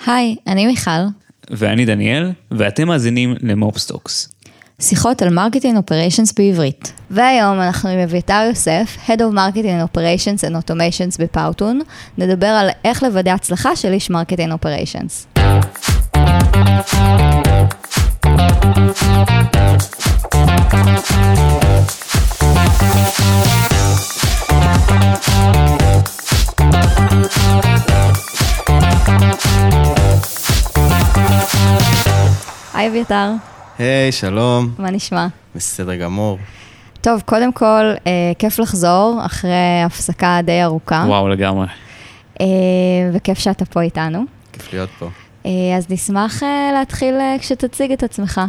היי, אני מיכל. ואני דניאל, ואתם מאזינים למופסטוקס. שיחות על מרקטינג אופריישנס בעברית. והיום אנחנו עם אביתר יוסף, Head of Marketing Operations and Automations בפאוטון, נדבר על איך לוודא הצלחה של איש מרקטינג אופריישנס. היי אביתר. היי, שלום. מה נשמע? בסדר גמור. טוב, קודם כל, כיף לחזור אחרי הפסקה די ארוכה. וואו, לגמרי. וכיף שאתה פה איתנו. כיף להיות פה. אז נשמח להתחיל כשתציג את עצמך.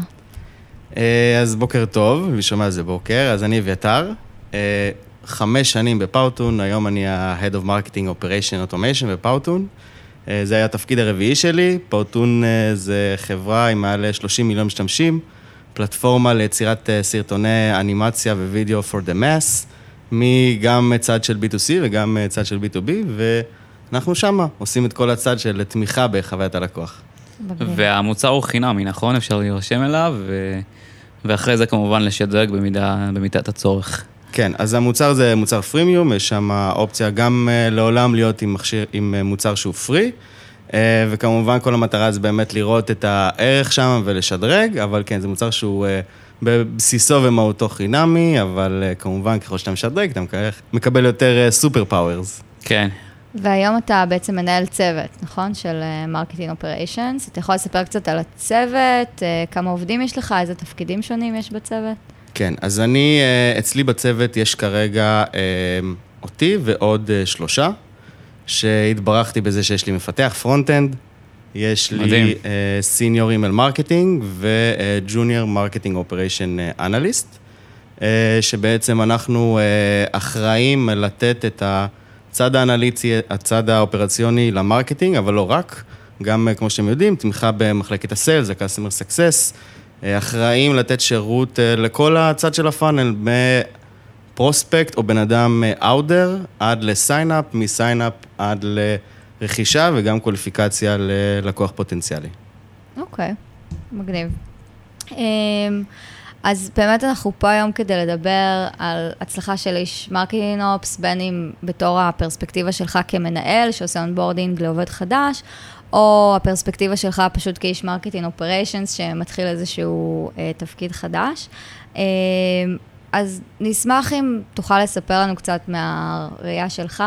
אז בוקר טוב, ושומע זה בוקר. אז אני אביתר. 5 שנים בפאוטון, היום אני ה-Head of Marketing Operation Automation בפאוטון. זה היה התפקיד הרביעי שלי. פאוטון זה חברה עם מעל 30 מיליון משתמשים, פלטפורמה ליצירת סרטוני אנימציה ווידאו for the mass, גם צד של B2C וגם צד של B2B, ואנחנו שמה עושים את כל הצד של תמיכה בחוויית הלקוח. והמוצר הוא חינמי, נכון? אפשר להירשם אליו, ואחרי זה כמובן לשדרג במידת הצורך. כן, אז המוצר זה מוצר פרימיום, יש שם אופציה גם לעולם להיות עם מוצר שהוא פרי, וכמובן כל המטרה זה באמת לראות את הערך שם ולשדרג, אבל כן, זה מוצר שהוא בבסיסו ומהותו חינמי, אבל כמובן ככל שאתה משדרג, אתה מקבל יותר סופר פאוורס. כן. והיום אתה בעצם מנהל צוות, נכון? של מרקטינג אופריישנס. אתה יכול לספר קצת על הצוות, כמה עובדים יש לך, איזה תפקידים שונים יש בצוות? כן, אז אצלי בצוות יש כרגע אותי ועוד 3, שהתברכתי בזה שיש לי מפתח פרונט-אנד, יש לי סיניור אימייל מרקטינג וג'וניור מרקטינג אופריישן אנליסט, שבעצם אנחנו אחראים לתת את הצד האנליטי, הצד האופרציוני למרקטינג, אבל לא רק, גם כמו שאתם יודעים, תמיכה במחלקת הסיילס, ה-Customer Success, אחראים לתת שירות לכל הצד של הפאנל, מפרוספקט או בן אדם אאודר, עד לסיינאפ, מסיינאפ עד לרכישה, וגם קוליפיקציה ללקוח פוטנציאלי. אוקיי, מגניב. אז באמת אנחנו פה היום כדי לדבר על הצלחה של איש מרקטינג אופס, בין אם בתור הפרספקטיבה שלך כמנהל, שעושה אונבורדינג לעובד חדש, או הפרספקטיבה שלך פשוט כאיש מרקטינג אופריישנס, שמתחיל איזשהו תפקיד חדש. אז נשמח אם תוכל לספר לנו קצת מהראייה שלך.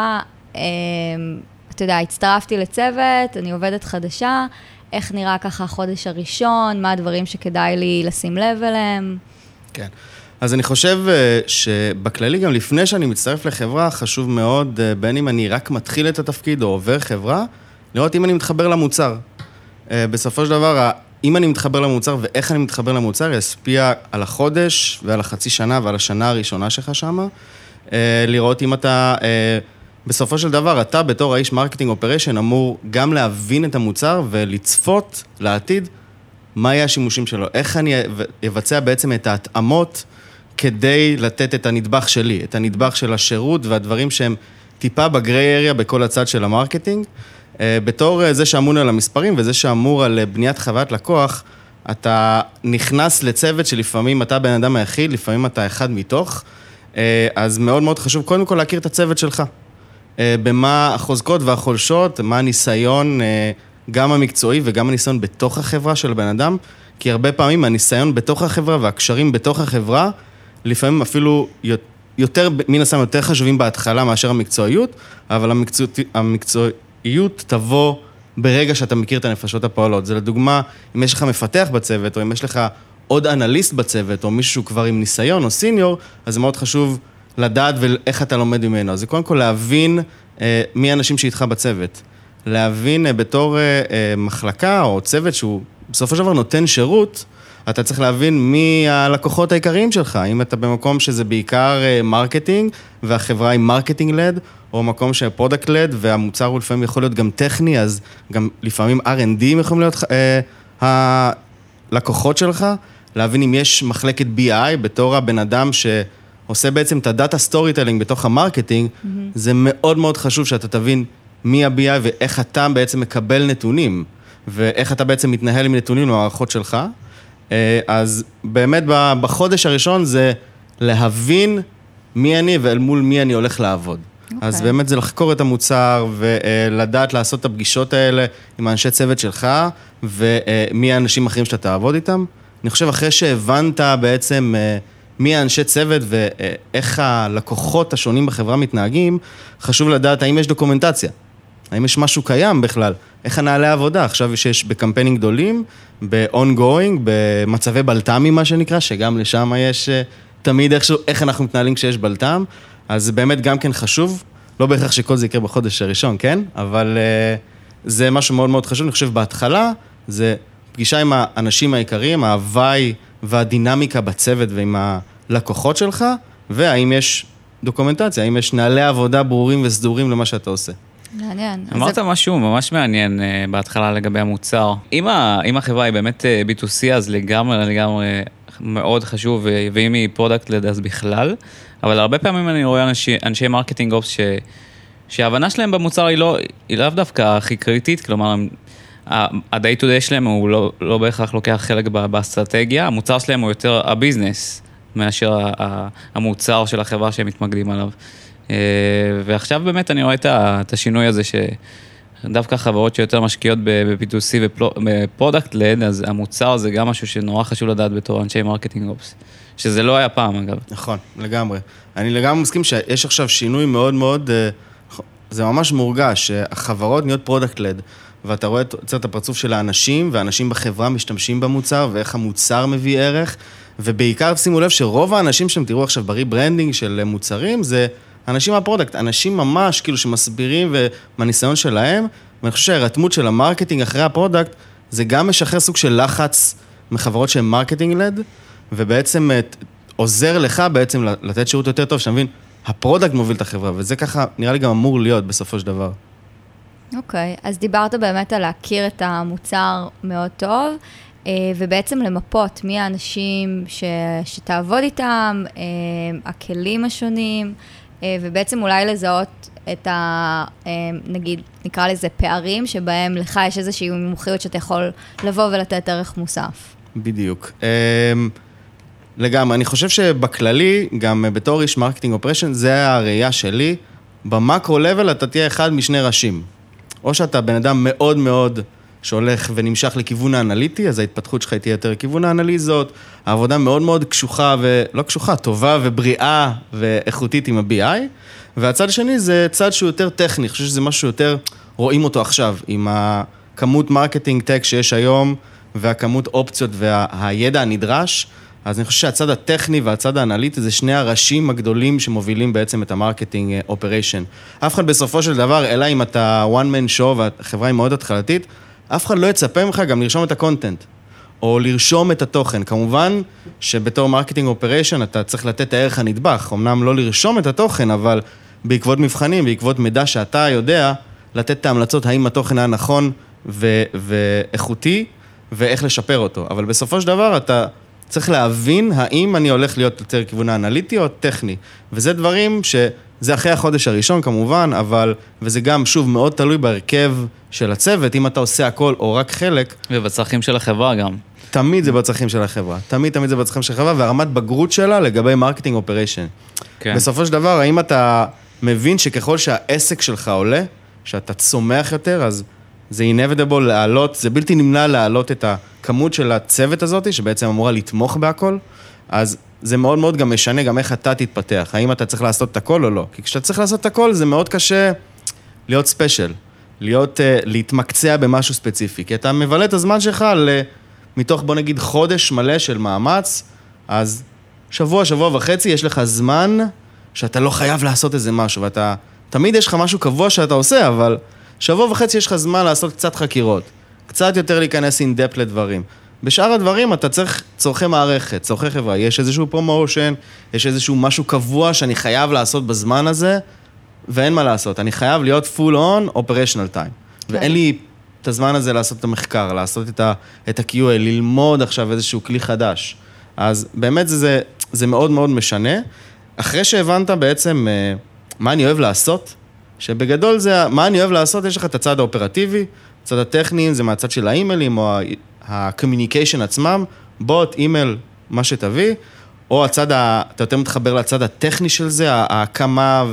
אתה יודע, הצטרפתי לצוות, אני עובדת חדשה, איך נראה ככה החודש הראשון, מה הדברים שכדאי לי לשים לב אליהם? כן. אז אני חושב שבכללי גם לפני שאני מצטרף לחברה, חשוב מאוד, בין אם אני רק מתחיל את התפקיד או עובר חברה, לראות אם אני מתחבר למוצר. בסופו של דבר, אם אני מתחבר למוצר ואיך אני מתחבר למוצר, ישפיע על החודש ועל החצי שנה ועל השנה הראשונה שלך שמה. לראות אם אתה, בסופו של דבר, אתה בתור האיש מרקטינג אופריישן אמור גם להבין את המוצר ולצפות לעתיד מה יהיה השימושים שלו. איך אני אבצע בעצם את ההתאמות כדי לתת את הנדבך שלי, את הנדבך של השירות והדברים שהם טיפה בגריי אריה בכל הצד של המרקטינג. בתור זה שאמון על המספרים וזה שאמור על בניית חוויית לקוח, אתה נכנס לצוות שלפעמים אתה בן אדם היחיד, לפעמים אתה אחד מתוך, אז מאוד מאוד חשוב קודם כל להכיר את הצוות שלך. במה החוזקות והחולשות, מה הניסיון, גם המקצועי וגם הניסיון בתוך החברה של הבן אדם, כי הרבה פעמים הניסיון בתוך החברה והקשרים בתוך החברה, לפעמים אפילו יותר, מן הסתם יותר חשובים בהתחלה מאשר המקצועיות, אבל המקצועיות תבוא ברגע שאתה מכיר את הנפשות הפועלות. זה לדוגמה, אם יש לך מפתח בצוות, או אם יש לך עוד אנליסט בצוות, או מישהו כבר עם ניסיון או סיניור, אז זה מאוד חשוב לדעת ואיך אתה לומד ממנו. אז זה קודם כל להבין מי האנשים שאיתך בצוות. להבין בתור מחלקה או צוות שהוא בסופו של דבר נותן שירות, אתה צריך להבין מי הלקוחות העיקריים שלך. אם אתה במקום שזה בעיקר מרקטינג, והחברה היא מרקטינג לד, או מקום שפרודקט לד, והמוצר הוא לפעמים יכול להיות גם טכני, אז גם לפעמים R&D יכולים להיות הלקוחות שלך, להבין אם יש מחלקת BI בתור הבן אדם שעושה בעצם את הדאטה סטורי טיילינג בתוך המרקטינג, זה מאוד מאוד חשוב שאתה תבין מי ה-BI ואיך אתה בעצם מקבל נתונים. ואיך אתה בעצם מתנהל עם נתונים למערכות שלך. אז באמת בחודש הראשון זה להבין מי אני ואל מול מי אני הולך לעבוד. אז באמת זה לחקור את המוצר ולדעת לעשות את הפגישות האלה עם האנשי צוות שלך ומי האנשים האחרים שאתה תעבוד איתם. אני חושב אחרי שהבנת בעצם מי האנשי צוות ואיך הלקוחות השונים בחברה מתנהגים, חשוב לדעת האם יש דוקומנטציה, האם יש משהו קיים בכלל, איך הנהלי העבודה, עכשיו שיש בקמפיינים גדולים, ב-ongoing, במצבי בלת"מים מה שנקרא, שגם לשם יש תמיד איכשהו, איך אנחנו מתנהלים כשיש בלת"ם, אז זה באמת גם כן חשוב, לא בהכרח שכל זה יקרה בחודש הראשון, כן? אבל זה משהו מאוד מאוד חשוב, אני חושב בהתחלה, זה פגישה עם האנשים העיקריים, ההוואי והדינמיקה בצוות ועם הלקוחות שלך, והאם יש דוקומנטציה, האם יש נהלי עבודה ברורים וסדורים למה שאתה עושה. מעניין. אמרת משהו ממש מעניין בהתחלה לגבי המוצר. אם החברה היא באמת B2C, אז לגמרי מאוד חשוב, ואם היא פרודקט לד אז בכלל, אבל הרבה פעמים אני רואה אנשי מרקטינג אופס שההבנה שלהם במוצר היא לאו דווקא הכי קריטית, כלומר, ה-day to day שלהם הוא לא בהכרח לוקח חלק באסטרטגיה, המוצר שלהם הוא יותר הביזנס, מאשר המוצר של החברה שהם מתמקדים עליו. ועכשיו באמת אני רואה את השינוי הזה שדווקא חברות שיותר משקיעות ב-B2C ופרודקט לד, אז המוצר זה גם משהו שנורא חשוב לדעת בתור אנשי מרקטינג אופס, שזה לא היה פעם אגב. נכון, לגמרי. אני לגמרי מסכים שיש עכשיו שינוי מאוד מאוד, זה ממש מורגש, שהחברות נהיות פרודקט לד, ואתה רואה את הפרצוף של האנשים, והאנשים בחברה משתמשים במוצר, ואיך המוצר מביא ערך, ובעיקר שימו לב שרוב האנשים שהם תראו עכשיו ברי-ברנדינג של מוצרים, זה אנשים מהפרודקט, אנשים ממש כאילו שמסבירים ומהניסיון שלהם, ואני חושב שההירתמות של המרקטינג אחרי הפרודקט, זה גם משחרר סוג של לחץ מחברות שהן מרקטינג לד, ובעצם עוזר לך בעצם לתת שירות יותר טוב, שאני מבין, הפרודקט מוביל את החברה, וזה ככה נראה לי גם אמור להיות בסופו של דבר. אוקיי, אז דיברת באמת על להכיר את המוצר מאוד טוב, ובעצם למפות מי האנשים שתעבוד איתם, הכלים השונים, ובעצם אולי לזהות את נגיד, נקרא לזה פערים, שבהם לך יש איזושהי מומחיות שאתה יכול לבוא ולתת ערך מוסף. בדיוק. לגמרי, אני חושב שבכללי, גם בתור איש מרקטינג אופריישן, זה הראייה שלי, במקרו-לבל אתה תהיה אחד משני ראשים. או שאתה בן אדם מאוד מאוד שהולך ונמשך לכיוון האנליטי, אז ההתפתחות שלך תהיה יותר לכיוון האנליזות, העבודה מאוד מאוד קשוחה ולא קשוחה, טובה ובריאה ואיכותית עם ה-BI, והצד השני זה צד שהוא יותר טכני, אני חושב שזה משהו יותר, רואים אותו עכשיו, עם הכמות מרקטינג טק שיש היום, והכמות אופציות והידע הנדרש, אז אני חושב שהצד הטכני והצד האנליטי זה שני הראשים הגדולים שמובילים בעצם את המרקטינג אופריישן. אף אחד בסופו של דבר, אלא אם אתה one man show והחברה היא מאוד התחלתית, אף אחד לא יצפה ממך גם לרשום את הקונטנט, או לרשום את התוכן. כמובן שבתור מרקטינג אופריישן אתה צריך לתת את הערך הנדבך, אמנם לא לרשום את התוכן, אבל בעקבות מבחנים, בעקבות מידע שאתה יודע, לתת את ההמלצות האם התוכן היה נכון ואיכותי, ואיך לשפר אותו. אבל בסופו של דבר אתה צריך להבין האם אני הולך להיות יותר כיוון האנליטי או טכני. וזה דברים שזה אחרי החודש הראשון כמובן, אבל, וזה גם שוב מאוד תלוי בהרכב של הצוות, אם אתה עושה הכל או רק חלק. ובצרכים של החברה גם. תמיד זה בצרכים של החברה. תמיד זה בצרכים של החברה, והרמת בגרות שלה לגבי מרקטינג אופריישן. כן. בסופו של דבר, האם אתה מבין שככל שהעסק שלך עולה, שאתה צומח יותר, אז זה inevitable לעלות, זה בלתי נמנע לעלות את הכמות של הצוות הזאת, שבעצם אמורה לתמוך בהכל, אז זה מאוד מאוד גם משנה גם איך אתה תתפתח, האם אתה צריך לעשות את הכל או לא, כי כשאתה צריך לעשות את הכל, זה מאוד קשה להיות ספיישל, להתמקצע במשהו ספציפי, כי אתה מבלה את הזמן שלך מתוך, בוא נגיד, חודש מלא של מאמץ, אז שבוע וחצי יש לך זמן שאתה לא חייב לעשות איזה משהו, ואתה, תמיד יש לך משהו קבוע שאתה עושה, אבל שבוע וחצי יש לך זמן לעשות קצת חקירות, קצת יותר להיכנס in depth לדברים. בשאר הדברים אתה צריך צורכי מערכת, צורכי חברה, יש איזשהו פרומושן, יש איזשהו משהו קבוע שאני חייב לעשות בזמן הזה, ואין מה לעשות, אני חייב להיות full on operational time. ואין לי את הזמן הזה לעשות את המחקר, לעשות את ה-QA, ללמוד עכשיו איזשהו כלי חדש. אז באמת זה מאוד מאוד משנה. אחרי שהבנת בעצם מה אני אוהב לעשות, שבגדול זה, מה אני אוהב לעשות, יש לך את הצד האופרטיבי, הצד הטכני, זה מהצד של האימיילים, או ה-communication עצמם, בוט, אימייל, מה שתביא, או הצד, אתה יותר מתחבר לצד הטכני של זה, ההקמה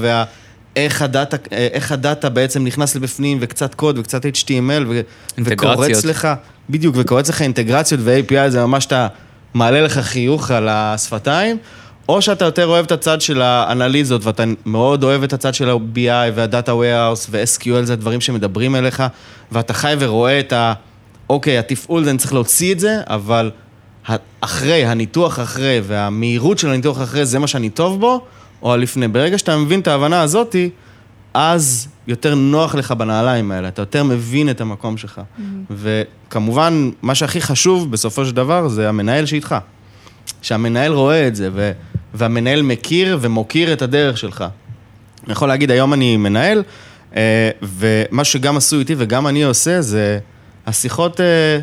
איך הדאטה בעצם נכנס לבפנים, וקצת קוד, וקצת HTML, וקורץ לך, בדיוק, וקורץ לך אינטגרציות ו-API, זה ממש אתה מעלה לך חיוך על השפתיים, או שאתה יותר אוהב את הצד של האנליזות, ואתה מאוד אוהב את הצד של ה-BI, וה-Data Warehouse, ו-SQL, זה הדברים שמדברים אליך, ואתה חי ורואה את אוקיי, התפעול זה, אני צריך להוציא את זה, אבל אחרי, הניתוח אחרי, והמהירות של הניתוח אחרי, זה מה שאני טוב בו, או לפני. ברגע שאתה מבין את ההבנה הזאת, אז יותר נוח לך בנעליים האלה, אתה יותר מבין את המקום שלך. וכמובן, מה שהכי חשוב בסופו של דבר, זה המנהל שאיתך. שהמנהל רואה את זה, והמנהל מכיר ומוקיר את הדרך שלך. אני יכול להגיד, היום אני מנהל, ומה שגם עשו איתי וגם אני עושה, זה השיחות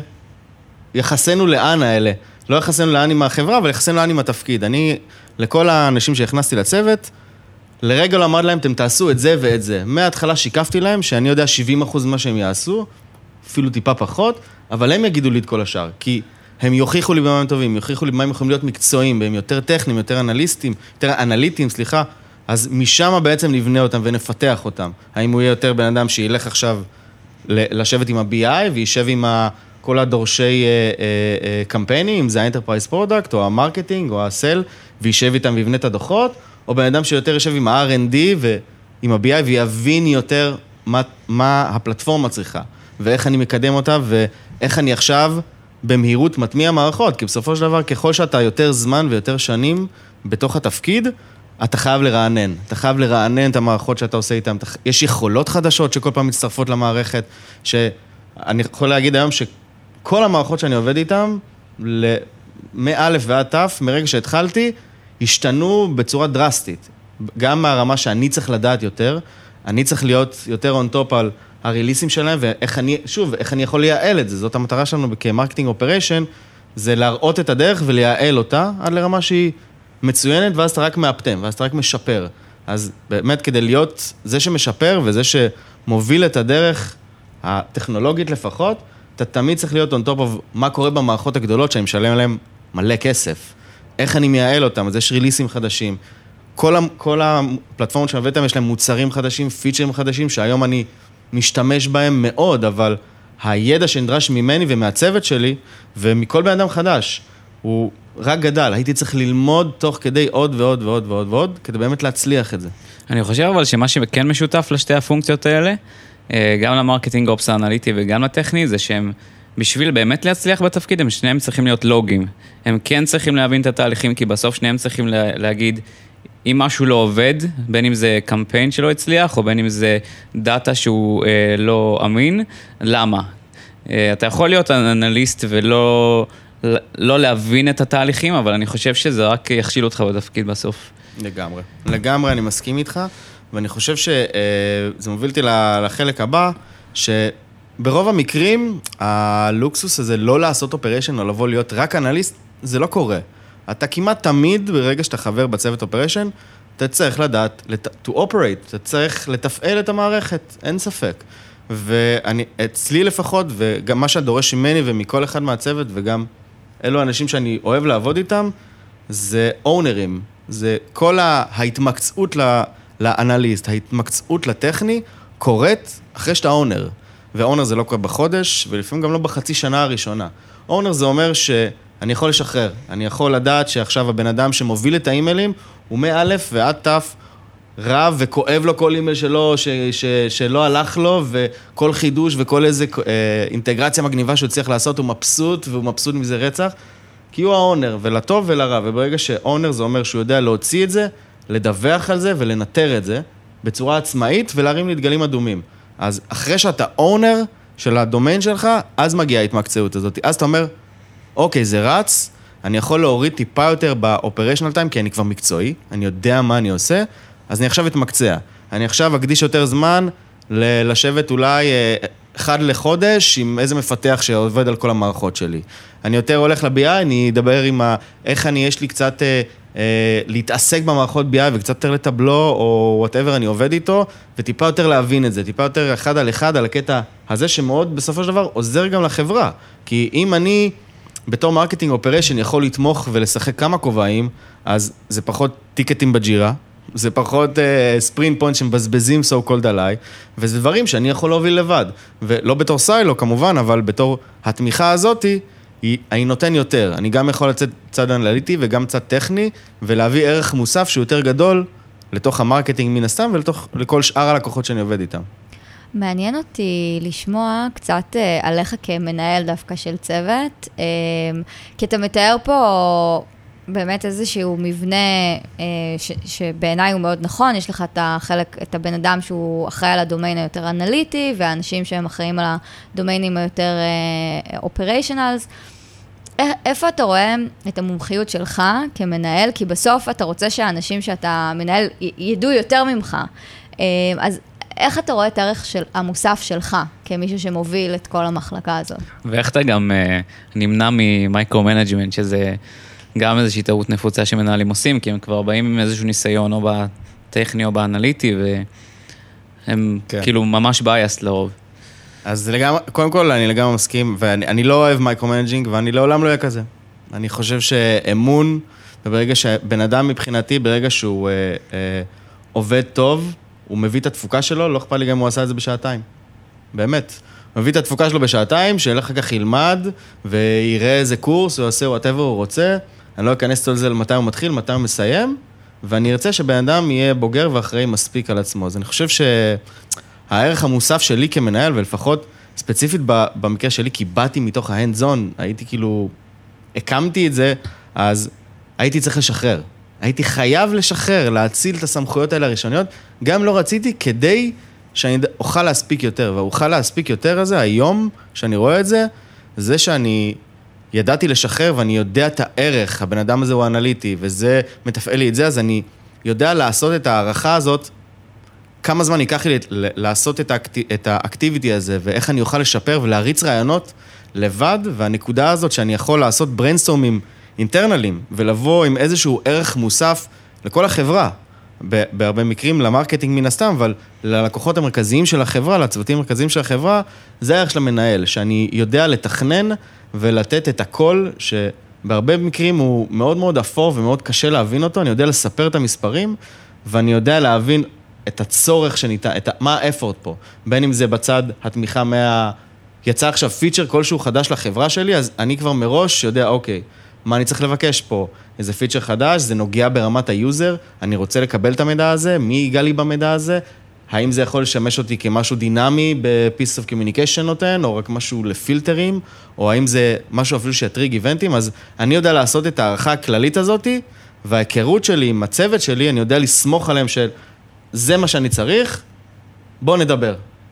יחסנו לאן האלה. לא יחסנו לאן עם החברה, אבל יחסנו לאן עם התפקיד. אני, לכל האנשים שהכנסתי לצוות, לרגע לא אמר להם, אתם תעשו את זה ואת זה. מההתחלה שיקפתי להם, שאני יודע 70% מה שהם יעשו, אפילו טיפה פחות, אבל הם יגידו לי את כל השאר, כי הם יוכיחו לי במה הם טובים, יוכיחו לי במה הם יכולים להיות מקצועיים, והם יותר טכניים, יותר אנליטיים, אז משם בעצם נבנה אותם ונפתח אותם. האם הוא יהיה יותר בן אדם שילך עכשיו לשבת עם ה-BI, וישב עם כל הדורשי קמפיינים, אם זה ה-Enterprise Product, או המרקטינג, או ה-Sell, וישב איתם ויבנה את הדוחות, או בן אדם שיותר יושב עם ה-R&D ועם ה-BI, ויבין יותר מה הפלטפורמה צריכה, ואיך אני מקדם אותה, ואיך אני עכשיו במהירות מטמיע מערכות, כי בסופו של דבר, ככל שאתה יותר זמן ויותר שנים בתוך התפקיד, אתה חייב לרענן. אתה חייב לרענן את המערכות שאתה עושה איתן. יש יכולות חדשות שכל פעם מצטרפות למערכת, שאני יכול להגיד היום שכל המערכות שאני עובד איתן, מא' ועד ת', מרגע שהתחלתי, השתנו בצורה דרסטית. גם מהרמה שאני צריך לדעת יותר, אני צריך להיות יותר on top על הריליסים שלהם, ואיך אני יכול לייעל את זה. זאת המטרה שלנו כמרקטינג אופריישן, זה להראות את הדרך ולייעל אותה עד לרמה שהיא מצוינת, ואז אתה רק מאפטם, ואז אתה רק משפר. אז באמת כדי להיות זה שמשפר וזה שמוביל את הדרך הטכנולוגית לפחות, אתה תמיד צריך להיות on top of מה קורה במערכות הגדולות שאני משלם עליהן מלא כסף. איך אני מייעל אותם, אז יש ריליסים חדשים. כל הפלטפורמות שאני עובד, יש להם מוצרים חדשים, פיצ'רים חדשים, שהיום אני משתמש בהם מאוד, אבל הידע שנדרש ממני ומהצוות שלי, ומכל בן אדם חדש, הוא רק גדל. הייתי צריך ללמוד תוך כדי עוד ועוד ועוד ועוד ועוד, כדי באמת להצליח את זה. אני חושב אבל שמה שכן משותף לשתי הפונקציות האלה, גם למרקטינג אופס האנליטי וגם לטכני, זה שהם בשביל באמת להצליח בתפקיד, הם שניהם צריכים להיות לוגים. הם כן צריכים להבין את התהליכים, כי בסוף שניהם צריכים להגיד, אם משהו לא עובד, בין אם זה קמפיין שלא הצליח, או בין אם זה דאטה שהוא לא אמין, למה? אתה יכול להיות אנליסט ולא להבין את התהליכים, אבל אני חושב שזה רק יכשיל אותך בתפקיד בסוף. לגמרי, אני מסכים איתך, ואני חושב שזה מוביל אותי לחלק הבא, שברוב המקרים, הלוקסוס הזה לא לעשות אופריישן, או לבוא להיות רק אנליסט, זה לא קורה. אתה כמעט תמיד, ברגע שאתה חבר בצוות אופריישן, אתה צריך לדעת, to operate, אתה צריך לתפעל את המערכת, אין ספק. ואני, אצלי לפחות, וגם מה שדורש ממני ומכל אחד מהצוות, וגם אלו האנשים שאני אוהב לעבוד איתם, זה אונרים. זה כל ההתמקצעות לאנליסט, ההתמקצעות לטכני, קורית אחרי שאתה אונר. ואונר זה לא קורה בחודש, ולפעמים גם לא בחצי שנה הראשונה. אונר זה אומר שאני יכול לשחרר. אני יכול לדעת שעכשיו הבן אדם שמוביל את האימיילים, הוא מאלף ועד תף, רב וכואב לו כל אימייל שלו, שלא הלך לו, וכל חידוש וכל איזה אינטגרציה מגניבה שהוא צריך לעשות, הוא מבסוט, והוא מבסוט מזה רצח, כי הוא האונר, ולטוב ולרע, וברגע שאונר זה אומר שהוא יודע להוציא את זה, לדווח על זה ולנטר את זה, בצורה עצמאית, ולהרים לדגלים אדומים. אז אחרי שאתה אונר של הדומיין שלך, אז מגיעה ההתמקצעות הזאת. אז אתה אומר, אוקיי, זה רץ, אני יכול להוריד טיפה יותר באופריישנל טיים, כי אני כבר מקצועי, אני יודע מה אני עושה, אז אני עכשיו אתמקצע. אני עכשיו אקדיש יותר זמן לשבת אולי אחד לחודש עם איזה מפתח שעובד על כל המערכות שלי. אני יותר הולך ל-BI, אני אדבר עם איך יש לי קצת להתעסק במערכות BI וקצת יותר לטבלו, או whatever אני עובד איתו, וטיפה יותר להבין את זה, טיפה יותר אחד על אחד על הקטע הזה, שמאוד בסופו של דבר עוזר גם לחברה. כי אם אני בתור מרקטינג אופריישן יכול לתמוך ולשחק כמה כובעים, אז זה פחות טיקטים בג'ירה, זה פחות ספרינט פוינט שמבזבזים so called עליי, וזה דברים שאני יכול להוביל לבד. ולא בתור סיילו כמובן, אבל בתור התמיכה הזאת, אני נותן יותר. אני גם יכול לצאת צד אנליטי וגם צד טכני, ולהביא ערך מוסף שהוא יותר גדול לתוך המרקטינג מן הסתם, ולכל שאר הלקוחות שאני עובד איתם. מעניין אותי לשמוע קצת עליך כמנהל דווקא של צוות, כי אתה מתאר פה באמת איזשהו מבנה שבעיניי הוא מאוד נכון, יש לך את הבן אדם שהוא אחראי על הדומיין היותר אנליטי, והאנשים שהם אחראים על הדומיינים היותר אופריישנלס. איפה אתה רואה את המומחיות שלך כמנהל? כי בסוף אתה רוצה שהאנשים שאתה מנהל ידעו יותר ממך. אז איך אתה רואה את הערך המוסף שלך כמישהו שמוביל את כל המחלקה הזאת? ואיך אתה גם נמנע ממייקרו-מנג'מנט, שזה גם איזושהי טעות נפוצה שמנהלים עושים, כי הם כבר באים עם איזשהו ניסיון, או בטכני או באנליטי, והם כאילו ממש בייסט לרוב. אז קודם כל אני לגמרי מסכים, ואני לא אוהב מייקרו-מנג'ינג, ואני לעולם לא אהיה כזה. אני חושב שאמון, וברגע שבן אדם מבחינתי, ברגע שהוא עובד טוב, הוא מביא את התפוקה שלו, לא אכפת לי גם אם הוא עשה את זה בשעתיים. באמת. הוא מביא את התפוקה שלו בשעתיים, שאחר כך ילמד, ויראה איזה קורס, הוא יעשה whatever הוא רוצה. אני לא אכנס על זה למתי הוא מתחיל, מתי הוא מסיים, ואני ארצה שבן אדם יהיה בוגר ואחראי מספיק על עצמו. אז אני חושב שהערך המוסף שלי כמנהל, ולפחות ספציפית במקרה שלי, כי באתי מתוך ה-hands on, הייתי כאילו, הקמתי את זה, אז הייתי צריך לשחרר. הייתי חייב לשחרר, להציל את הסמכויות האלה הראשוניות, גם לא רציתי כדי שאני אוכל להספיק יותר, ואוכל להספיק יותר הזה, היום שאני רואה את זה, זה שאני ידעתי לשחרר ואני יודע את הערך, הבן אדם הזה הוא אנליטי, וזה מתפעל לי את זה, אז אני יודע לעשות את הערכה הזאת, כמה זמן ייקח לי לעשות את האקטיביטי הזה, ואיך אני אוכל לשפר ולהריץ רעיונות לבד, והנקודה הזאת שאני יכול לעשות בריינסטורמים אינטרנליים, ולבוא עם איזשהו ערך מוסף לכל החברה, בהרבה מקרים למרקטינג מן הסתם, אבל ללקוחות המרכזיים של החברה, לצוותים המרכזיים של החברה, זה הערך של המנהל, שאני יודע לתכנן ולתת את הכל, שבהרבה מקרים הוא מאוד מאוד אפור ומאוד קשה להבין אותו, אני יודע לספר את המספרים, ואני יודע להבין את הצורך שניתן, מה האפורט פה, בין אם זה בצד התמיכה יצא עכשיו פיצ'ר כלשהו חדש לחברה שלי, אז אני כבר מראש יודע, אוקיי, מה אני צריך לבקש פה? איזה פיצ'ר חדש, זה נוגע ברמת היוזר, אני רוצה לקבל את המידע הזה, מי ייגע לי במידע הזה, האם זה יכול לשמש אותי כמשהו דינמי ב-piece of communication נותן, או רק משהו לפילטרים, או האם זה משהו אפילו שיטריג איבנטים, אז אני יודע לעשות את הערכה הכללית הזאת, וההיכרות שלי עם הצוות שלי, אני יודע לסמוך עליהם של, זה מה שאני צריך, בואו נדבר.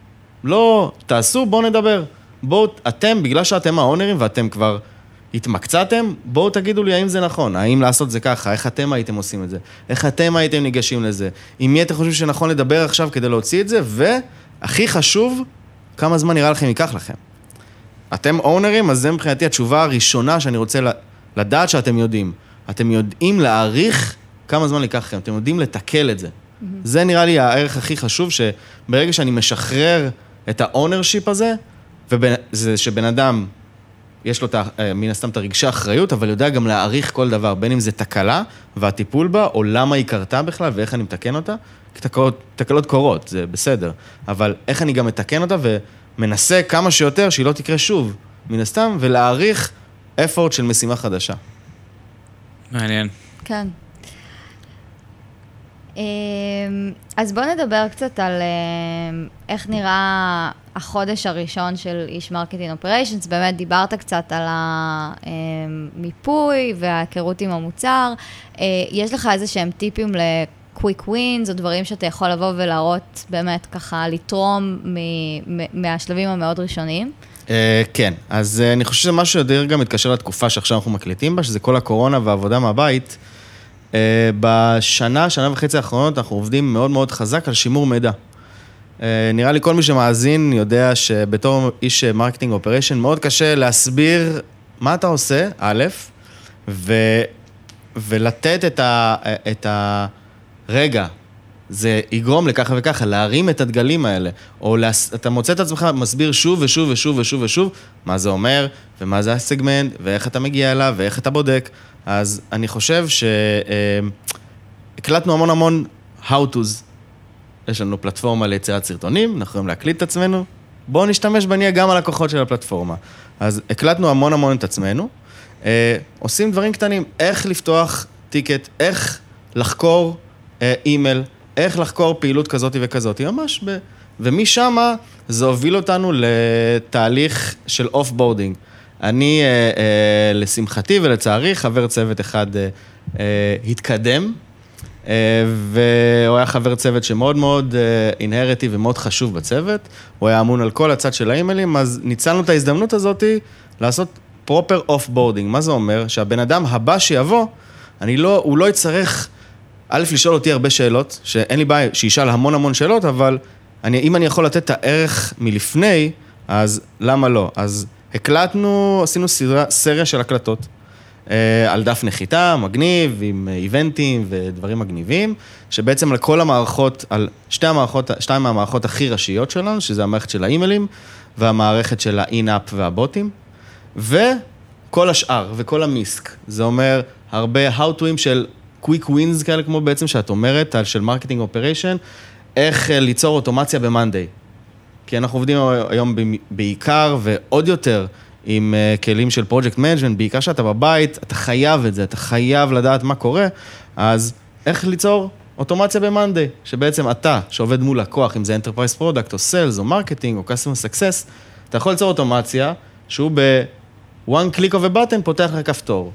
לא תעשו, בואו נדבר. בואו, אתם, בגלל שאתם האונרים ואתם כבר התמקצעתם, בואו תגידו לי האם זה נכון, האם לעשות זה ככה, איך אתם הייתם עושים את זה, איך אתם הייתם ניגשים לזה, עם מי אתם חושבים שנכון לדבר עכשיו כדי להוציא את זה, והכי חשוב, כמה זמן נראה לכם ייקח לכם. אתם אונרים, אז זה מבחינתי התשובה הראשונה שאני רוצה לדעת שאתם יודעים. אתם יודעים להעריך כמה זמן ייקח לכם, אתם יודעים לתקל את זה. זה נראה לי הערך הכי חשוב, שברגע שאני משחרר את האונרשיפ הזה, וזה שבן אדם יש לו מן הסתם את הרגשי האחריות, אבל יודע גם להעריך כל דבר, בין אם זה תקלה והטיפול בה, או למה היא קרתה בכלל ואיך אני מתקן אותה. תקלות קורות, זה בסדר. אבל איך אני גם מתקן אותה ומנסה כמה שיותר שהיא לא תקרה שוב, מן הסתם, ולהעריך אפורט של משימה חדשה. מעניין. כן. אז בוא נדבר קצת על איך נראה החודש הראשון של איש מרקטינג אופריישנס. באמת דיברת קצת על המיפוי וההיכרות עם המוצר. יש לך איזה שהם טיפים לקוויק ווינס, או דברים שאתה יכול לבוא ולהראות באמת ככה לתרום מהשלבים המאוד ראשוניים? כן, אז אני חושב שזה משהו שיותר גם מתקשר לתקופה שעכשיו אנחנו מקליטים בה, שזה כל הקורונה והעבודה מהבית. בשנה וחצי האחרונות אנחנו עובדים מאוד מאוד חזק על שימור מידע. נראה לי כל מי שמאזין יודע שבתור איש מרקטינג אופריישן מאוד קשה להסביר מה אתה עושה, א', ולתת את הרגע, זה יגרום לככה וככה, להרים את הדגלים האלה, או אתה מוצא את עצמך מסביר שוב ושוב ושוב ושוב ושוב, מה זה אומר, ומה זה הסגמנט, ואיך אתה מגיע אליו, ואיך אתה בודק. אז אני חושב הקלטנו המון how-to's. יש לנו פלטפורמה ליצירת סרטונים, אנחנו יכולים להקליט את עצמנו, בואו נשתמש בניה גם על הכוחות של הפלטפורמה. אז הקלטנו המון את עצמנו, עושים דברים קטנים, איך לפתוח טיקט, איך לחקור אימייל, איך לחקור פעילות כזאת וכזאת, ממש ומשם זה הוביל אותנו לתהליך של אוף-בורדינג. אני, לשמחתי ולצערי, חבר צוות אחד התקדם, והוא היה חבר צוות שמאוד מאוד אינהרטי ומאוד חשוב בצוות, הוא היה אמון על כל הצד של האימיילים, אז ניצלנו את ההזדמנות הזאת לעשות פרופר אוף-בורדינג. מה זה אומר? שהבן אדם הבא שיבוא, הוא לא יצטרך לשאול אותי הרבה שאלות, שאין לי בעיה שישאל המון שאלות, אבל אם אני יכול לתת את הערך מלפני, אז למה לא? אז עשינו סריה של הקלטות, על דף נחיתה, מגניב, עם איבנטים ודברים מגניבים, שבעצם על כל המערכות, על שתיים מהמערכות הכי ראשיות שלנו, שזה המערכת של האימיילים, והמערכת של האין-אפ והבוטים, וכל השאר, וכל המיסק. זה אומר הרבה how-to'ים של quick wins כאלה, כמו בעצם שאת אומרת, של מרקטינג אופריישן, איך ליצור אוטומציה ב-Monday. כי אנחנו עובדים היום בעיקר ועוד יותר עם כלים של פרויקט מנג'מנט, בעיקר שאתה בבית, אתה חייב את זה, אתה חייב לדעת מה קורה, אז איך ליצור אוטומציה ב-Monday, שבעצם אתה, שעובד מול לקוח, אם זה Enterprise Product, או Sales, או Marketing, או Customer Success, אתה יכול ליצור אוטומציה, שהוא ב-one click of a button פותח לך כפתור.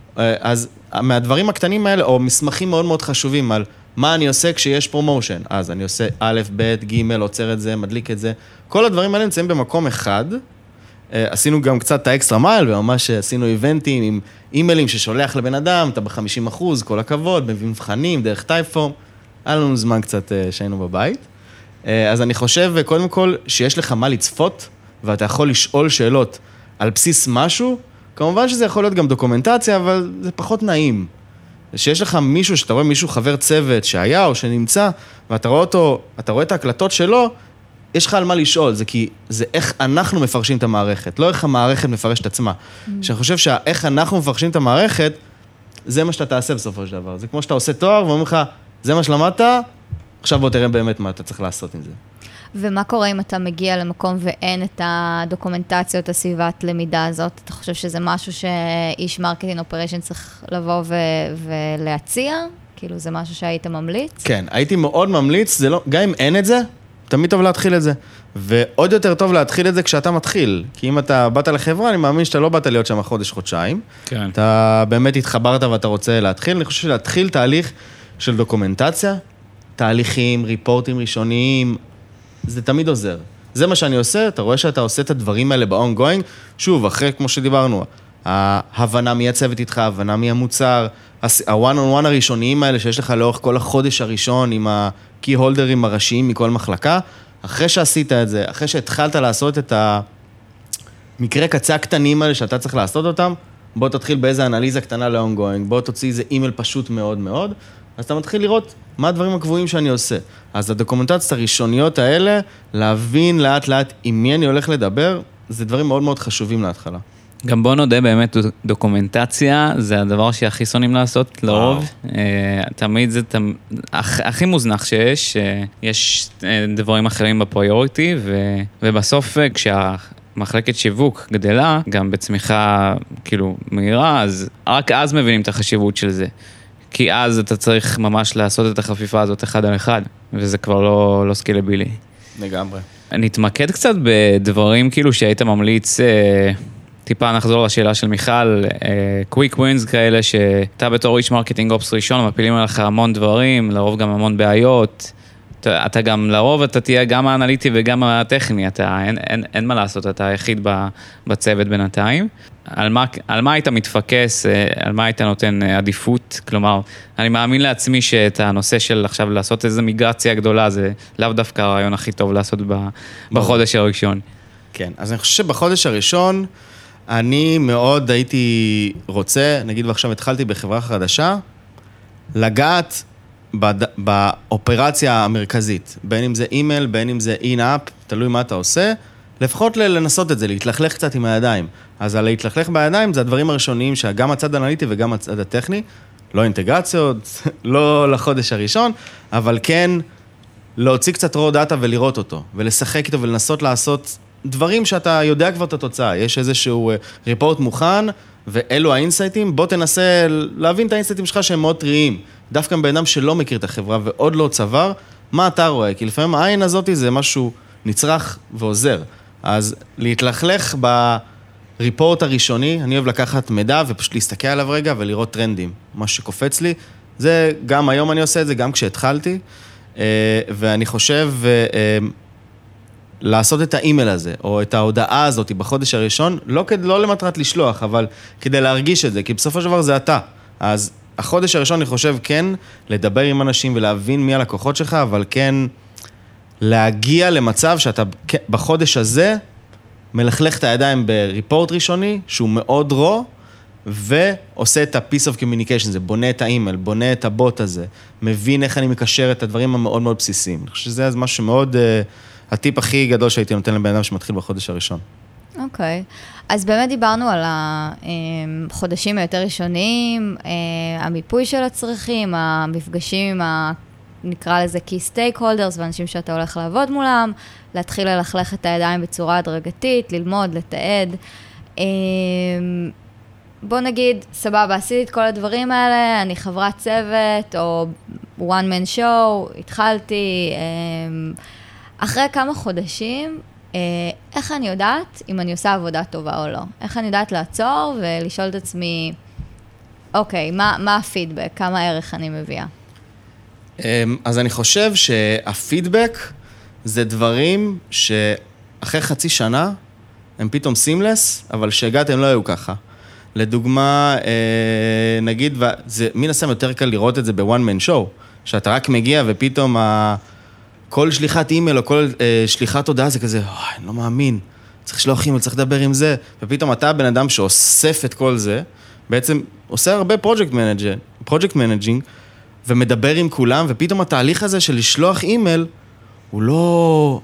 אז מהדברים הקטנים האלה, או מסמכים מאוד מאוד חשובים על מה אני עושה כשיש פרומושן, אז אני עושה א', ב', ג', עוצר את זה, מדליק את זה, כל הדברים האלה נמצאים במקום אחד, עשינו גם קצת את האקסטרה מייל, וממש עשינו איבנטים עם אימיילים ששולח לבן אדם, אתה ב-50%, כל הכבוד, במבחנים, דרך טייפורם, היה לנו זמן קצת שהיינו בבית. אז אני חושב, קודם כל, שיש לך מה לצפות, ואתה יכול לשאול שאלות על בסיס משהו, כמובן שזה יכול להיות גם דוקומנטציה, אבל זה פחות נעים. שיש לך מישהו, שאתה רואה מישהו חבר צוות שהיה או שנמצא, ואתה רואה אותו, אתה רואה את ההקלטות שלו, יש לך על מה לשאול, זה כי זה איך אנחנו מפרשים את המערכת, לא איך המערכת מפרש את עצמה. שאני חושב שאיך אנחנו מפרשים את המערכת, זה מה שאתה תעשה בסופו של דבר. זה כמו שאתה עושה תואר ואומרים לך, זה מה שלמדת, עכשיו בוא תראה באמת מה אתה צריך לעשות עם זה. ומה קורה אם אתה מגיע למקום ואין את הדוקומנטציות, הסביבת למידה הזאת? אתה חושב שזה משהו שאיש מרקטינג אופריישן צריך לבוא ולהציע? כאילו זה משהו שהיית ממליץ? כן, הייתי מאוד ממליץ, זה לא, גם אם אין את זה, תמיד טוב להתחיל את זה. ועוד יותר טוב להתחיל את זה כשאתה מתחיל. כי אם אתה באת לחברה, אני מאמין שאתה לא באת להיות שם חודש-חודשיים. כן. אתה באמת התחברת ואתה רוצה להתחיל. אני חושב שלהתחיל תהליך של דוקומנטציה, תהליכים, ריפורטים ראשוניים, זה תמיד עוזר. זה מה שאני עושה, אתה רואה שאתה עושה את הדברים האלה ב-ongoing, שוב, אחרי, כמו שדיברנו, ההבנה מי הצוות איתך, ההבנה מי המוצר, ה-one-on-one הראשוניים האלה שיש לך לאורך כל החודש הראשון עם ה-key holder'ים הראשיים מכל מחלקה, אחרי שעשית את זה, אחרי שהתחלת לעשות את המקרה קצה הקטנים האלה שאתה צריך לעשות אותם, בוא תתחיל באיזה אנליזה קטנה ל-ongoing, בוא תוציא איזה אימייל פשוט מאוד מאוד, אז אתה מתחיל לראות מה הדברים הקבועים שאני עושה. אז הדוקומנטציות הראשוניות האלה, להבין לאט לאט עם מי אני הולך לדבר, זה דברים מאוד מאוד חשובים להתחלה. גם בוא נודה באמת, דוקומנטציה זה הדבר שהכי שונאים לעשות לרוב. תמיד זה הכי מוזנח שיש, יש דברים אחרים בפריוריטי, ובסוף כשהמחלקת שיווק גדלה, גם בצמיחה כאילו מהירה, אז רק אז מבינים את החשיבות של זה. כי אז אתה צריך ממש לעשות את החפיפה הזאת אחד על אחד, וזה כבר לא סקילבילי. לגמרי. נתמקד קצת בדברים כאילו שהיית ממליץ, טיפה נחזור לשאלה של מיכל, קוויק ווינס כאלה שאתה בתור איש מרקטינג אופס ראשון, מפילים עליך המון דברים, לרוב גם המון בעיות, אתה גם לרוב אתה תהיה גם האנליטי וגם הטכני, אין מה לעשות, אתה היחיד בצוות בינתיים. על מה היית מתפקס, על מה היית נותן עדיפות, כלומר, אני מאמין לעצמי שאת הנושא של עכשיו לעשות איזו מיגרציה גדולה, זה לאו דווקא הרעיון הכי טוב לעשות בחודש הראשון. כן, אז אני חושב שבחודש הראשון, אני מאוד הייתי רוצה, נגיד ועכשיו התחלתי בחברה חדשה, לגעת באופרציה המרכזית, בין אם זה אימייל, בין אם זה אין-אפ, תלוי מה אתה עושה, לפחות לנסות את זה, להתלכלך קצת עם הידיים. אז על להתלכלך בידיים זה הדברים הראשוניים, שגם הצד האנליטי וגם הצד הטכני, לא אינטגרציות, לא לחודש הראשון, אבל כן להוציא קצת raw data ולראות אותו, ולשחק איתו ולנסות לעשות דברים שאתה יודע כבר את התוצאה. יש איזשהו ריפורט מוכן, ואלו האינסייטים, בוא תנסה להבין את האינסייטים שלך שהם מאוד טריים. דווקא בן אדם שלא מכיר את החברה ועוד לא צבר, מה אתה רואה? כי לפעמים העין הזאת זה משהו נצרך ועוזר. אז להתלכלך בריפורט הראשוני, אני אוהב לקחת מידע ופשוט להסתכל עליו רגע ולראות טרנדים. מה שקופץ לי, זה גם היום אני עושה את זה, גם כשהתחלתי, ואני חושב לעשות את האימייל הזה, או את ההודעה הזאת בחודש הראשון, לא למטרת לשלוח, אבל כדי להרגיש את זה, כי בסופו של דבר זה אתה. אז החודש הראשון אני חושב כן, לדבר עם אנשים ולהבין מי הלקוחות שלך, אבל כן להגיע למצב שאתה בחודש הזה מלכלך את הידיים בריפורט ראשוני, שהוא מאוד רו, ועושה את ה-piece of communication, זה בונה את האימייל, בונה את הבוט הזה, מבין איך אני מקשר את הדברים המאוד מאוד בסיסיים. אני חושב שזה משהו שמאוד, הטיפ הכי גדול שהייתי נותן לבן אדם שמתחיל בחודש הראשון. אוקיי. אז באמת דיברנו על החודשים היותר ראשוניים, המיפוי של הצרכים, המפגשים עם נקרא לזה key stakeholders, ואנשים שאתה הולך לעבוד מולם, להתחיל ללכלך את הידיים בצורה הדרגתית, ללמוד, לתעד. בוא נגיד, סבבה, עשיתי את כל הדברים האלה, אני חברת צוות, או one man show, התחלתי, אחרי כמה חודשים, איך אני יודעת אם אני עושה עבודה טובה או לא? איך אני יודעת לעצור ולשאול את עצמי, אוקיי, מה הפידבק? כמה ערך אני מביאה? אז אני חושב שהפידבק זה דברים שאחרי חצי שנה הם פתאום סימלס, אבל שהגעתם לא היו ככה. לדוגמה, נגיד, זה מן הסתם יותר קל לראות את זה ב-one man show, שאתה רק מגיע ופתאום כל שליחת אימייל או כל שליחת הודעה זה כזה, אני לא מאמין, צריך לשלוח אימייל, צריך לדבר עם זה, ופתאום אתה בן אדם שאוסף את כל זה, בעצם עושה הרבה project managing, ומדבר עם כולם, ופתאום התהליך הזה של לשלוח אימייל, הוא לא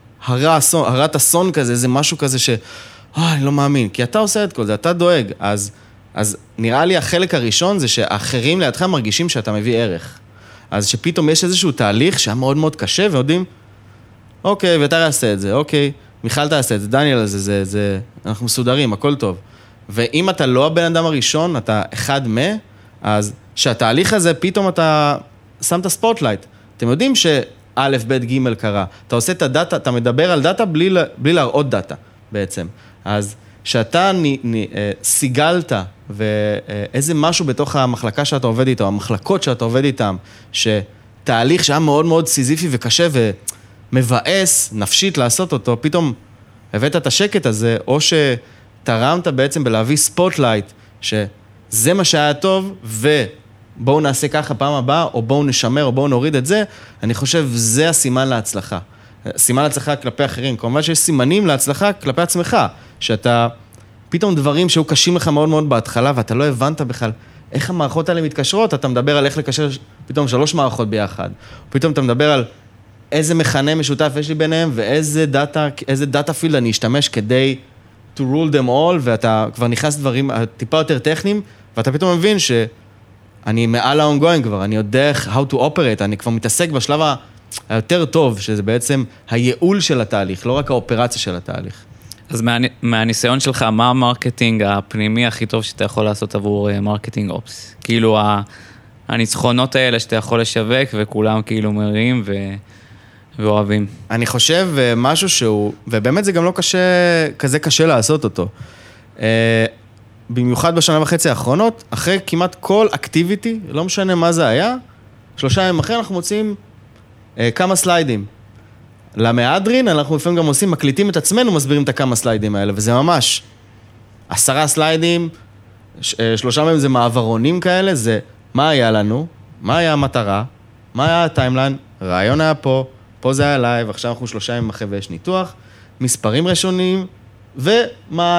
הרת אסון כזה, זה משהו כזה אני לא מאמין, כי אתה עושה את כל זה, אתה דואג, אז נראה לי החלק הראשון זה שאחרים לידך מרגישים שאתה מביא ערך. אז שפתאום יש איזשהו תהליך שהיה מאוד מאוד קשה, ויודעים, אוקיי, ואתה יעשה את זה, אוקיי, מיכל תעשה את זה, דניאל הזה, אנחנו מסודרים, הכל טוב. ואם אתה לא הבן אדם הראשון, אתה אחד אז שהתהליך הזה, פתאום אתה שם את הספוטלייט. אתם יודעים שא', ב', ג' קרה. אתה עושה את הדאטה, אתה מדבר על דאטה בלי להראות דאטה, בעצם. אז שאתה סיגלת ואיזה משהו בתוך המחלקה שאתה עובד איתה, או המחלקות שאתה עובד איתן, שתהליך שהיה מאוד מאוד סיזיפי וקשה ומבאס נפשית לעשות אותו, פתאום הבאת את השקט הזה, או שתרמת בעצם בלהביא ספוטלייט, שזה מה שהיה טוב, ובואו נעשה ככה פעם הבאה, או בואו נשמר, או בואו נוריד את זה, אני חושב זה הסימן להצלחה. סימן להצלחה כלפי אחרים, כמובן שיש סימנים להצלחה כלפי עצמך, שאתה פתאום דברים שהיו קשים לך מאוד מאוד בהתחלה, ואתה לא הבנת בכלל איך המערכות האלה מתקשרות, אתה מדבר על איך לקשר פתאום 3 מערכות ביחד, פתאום אתה מדבר על איזה מכנה משותף יש לי ביניהם, ואיזה דאטה פילד אני אשתמש כדי to rule them all, ואתה כבר נכנס דברים טיפה יותר טכניים, ואתה פתאום מבין שאני מעל ה-ongoing כבר, אני יודע how to operate, אני כבר מתעסק בשלב היותר טוב, שזה בעצם הייעול של התהליך, לא רק האופרציה של התהליך. אז מהניסיון שלך, מה המרקטינג הפנימי הכי טוב שאתה יכול לעשות עבור מרקטינג אופס? כאילו הניצחונות האלה שאתה יכול לשווק, וכולם כאילו מרים ואוהבים. אני חושב משהו שהוא, ובאמת זה גם לא כזה קשה לעשות אותו. במיוחד בשנה וחצי האחרונות, אחרי כמעט כל אקטיביטי, לא משנה מה זה היה, 3 ימים אחרי אנחנו מוצאים כמה סליידים. למהדרין, אנחנו לפעמים גם מקליטים את עצמנו, מסבירים את הכמה סליידים האלה, וזה ממש 10 סליידים, 3 מהם זה מעברונים כאלה, זה מה היה לנו, מה היה המטרה, מה היה הטיימליין, רעיון היה פה זה היה לייב, עכשיו אנחנו 3 ימים אחרי ויש ניתוח, מספרים ראשונים, ומה הלאה.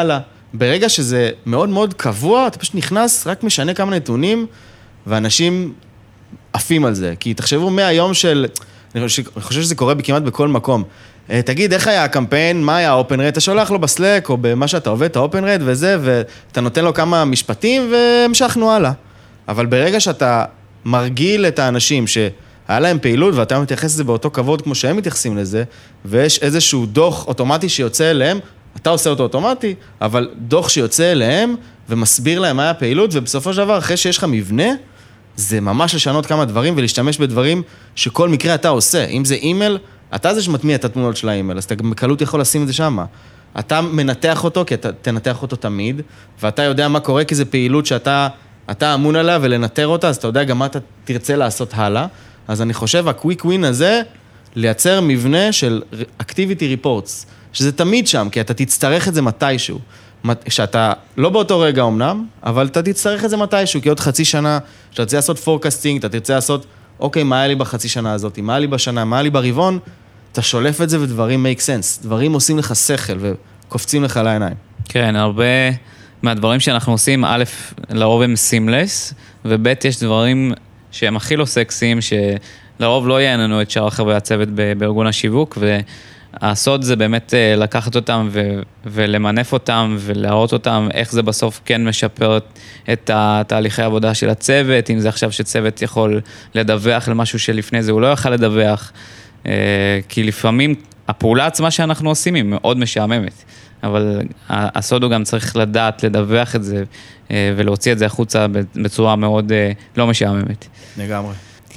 ברגע שזה מאוד מאוד קבוע, אתה פשוט נכנס, רק משנה כמה נתונים, ואנשים עפים על זה. כי תחשבו מהיום של, אני חושב שזה קורה כמעט בכל מקום. תגיד, איך היה הקמפיין, מה היה ה-open rate? אתה שולח לו בסלק, או במה שאתה עובד, את ה-open rate וזה, ואתה נותן לו כמה משפטים, והמשכנו הלאה. אבל ברגע שאתה מרגיל את האנשים שהיה להם פעילות, ואתה מתייחס לזה באותו כבוד כמו שהם מתייחסים לזה, ויש איזשהו דוח אוטומטי שיוצא אליהם, אתה עושה אותו אוטומטי, אבל דוח שיוצא אליהם, ומסביר להם מה היה הפעילות, ובסופו של דבר, אחרי שיש לך מבנה, זה ממש לשנות כמה דברים, ולהשתמש בדברים שכל מקרה אתה עושה. אם זה אימייל, אתה זה שמטמיע את התמונות של האימייל, אז אתה בקלות יכול לשים את זה שם. אתה מנתח אותו, כי אתה תנתח אותו תמיד, ואתה יודע מה קורה, כי זה פעילות שאתה אמון עליה ולנטר אותה, אז אתה יודע גם מה אתה תרצה לעשות הלאה. אז אני חושב, הקוויק ווין הזה, לייצר מבנה של activity reports, שזה תמיד שם, כי אתה תצטרך את זה מתישהו. שאתה לא באותו רגע אמנם, אבל אתה תצטרך את זה מתישהו, כי עוד חצי שנה, שאתה תרצה לעשות forecasting, אתה תרצה לעשות, אוקיי, מה היה לי בחצי שנה הזאת, מה היה לי בשנה, מה היה לי ברבעון, אתה שולף את זה ודברים make sense, דברים עושים לך שכל וקופצים לך לעיניים. כן, הרבה מהדברים שאנחנו עושים, א', לרוב הם seamless, וב' יש דברים שהם הכי לא סקסיים, שלרוב לא יעננו את שאר חברי הצוות בארגון השיווק, הסוד זה באמת לקחת אותם ולמנף אותם ולהראות אותם איך זה בסוף כן משפר את התהליכי העבודה של הצוות, אם זה עכשיו שצוות יכול לדווח למשהו שלפני זה הוא לא יוכל לדווח, כי לפעמים הפעולה עצמה שאנחנו עושים היא מאוד משעממת, אבל הסוד הוא גם צריך לדעת לדווח את זה ולהוציא את זה החוצה בצורה מאוד לא משעממת. לגמרי.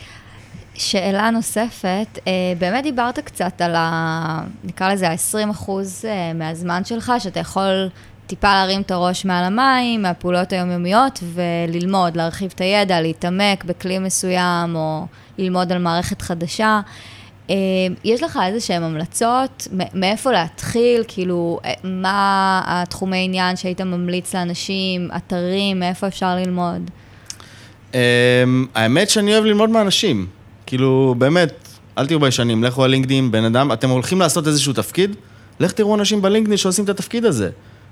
שאלה נוספת, באמת דיברת קצת על נקרא לזה 20% מהזמן שלך, שאתה יכול טיפה להרים את הראש מעל המים, מהפעולות היומיומיות, וללמוד, להרחיב את הידע, להתעמק בכלי מסוים, או ללמוד על מערכת חדשה. יש לך איזשהם המלצות? מאיפה להתחיל? כאילו, מה התחומי עניין שהיית ממליץ לאנשים, אתרים, מאיפה אפשר ללמוד? האמת שאני אוהב ללמוד מאנשים. כאילו, באמת, אל תהיו בישנים, לכו על לינקדין, בן אדם, אתם הולכים לעשות איזשהו תפקיד, לך תראו אנשים בלינקדין שעושים את התפקיד הזה,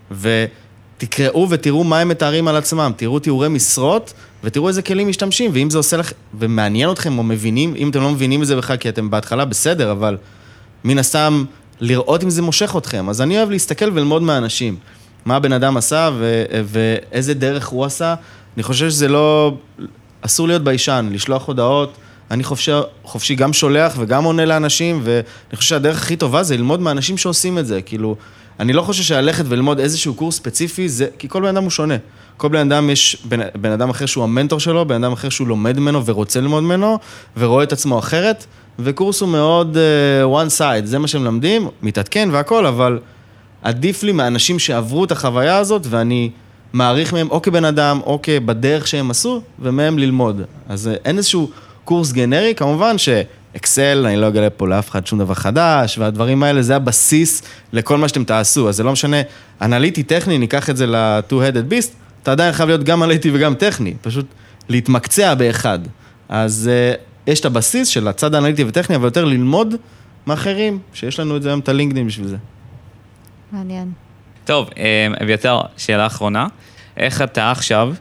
ותקראו ותראו מה הם מתארים על עצמם, תראו תיאורי משרות, ותראו איזה כלים משתמשים, ואם זה עושה לך, ומעניין אתכם או מבינים, אם אתם לא מבינים את זה בכלל, כי אתם בהתחלה בסדר, אבל מן הסתם, לראות אם זה מושך אתכם, אז אני אוהב להסתכל וללמוד מהאנשים, מה הבן אדם עשה, ואיזה דרך הוא עשה, אני חושב שזה לא, אסור להיות בישן, לשלוח הודעות, אני חופשי גם שולח וגם עונה לאנשים, ואני חושב שהדרך הכי טובה זה ללמוד מהאנשים שעושים את זה, כאילו, אני לא חושב שללכת וללמוד איזשהו קורס ספציפי, זה, כי כל בן אדם הוא שונה. כל בן אדם יש בן אדם אחר שהוא המנטור שלו, בן אדם אחר שהוא לומד ממנו ורוצה ללמוד ממנו, ורואה את עצמו אחרת, וקורס הוא מאוד one side, זה מה שהם למדים, מתעדכן והכל, אבל עדיף לי מהאנשים שעברו את החוויה הזאת, ואני מעריך מהם או כבן אדם, או בדרך שהם עשו, ומהם ללמוד. אז אין איזשהו קורס גנרי, כמובן שאקסל, אני לא אגלה פה לאף אחד שום דבר חדש, והדברים האלה זה הבסיס לכל מה שאתם תעשו, אז זה לא משנה, אנליטי, טכני, ניקח את זה ל-two-headed beast, אתה עדיין חייב להיות גם אנליטי וגם טכני, פשוט להתמקצע באחד. אז יש את הבסיס של הצד האנליטי וטכני, אבל יותר ללמוד מאחרים, שיש לנו את זה היום את הלינקדין בשביל זה. מעניין. טוב, אביתר, שאלה אחרונה, איך אתה עכשיו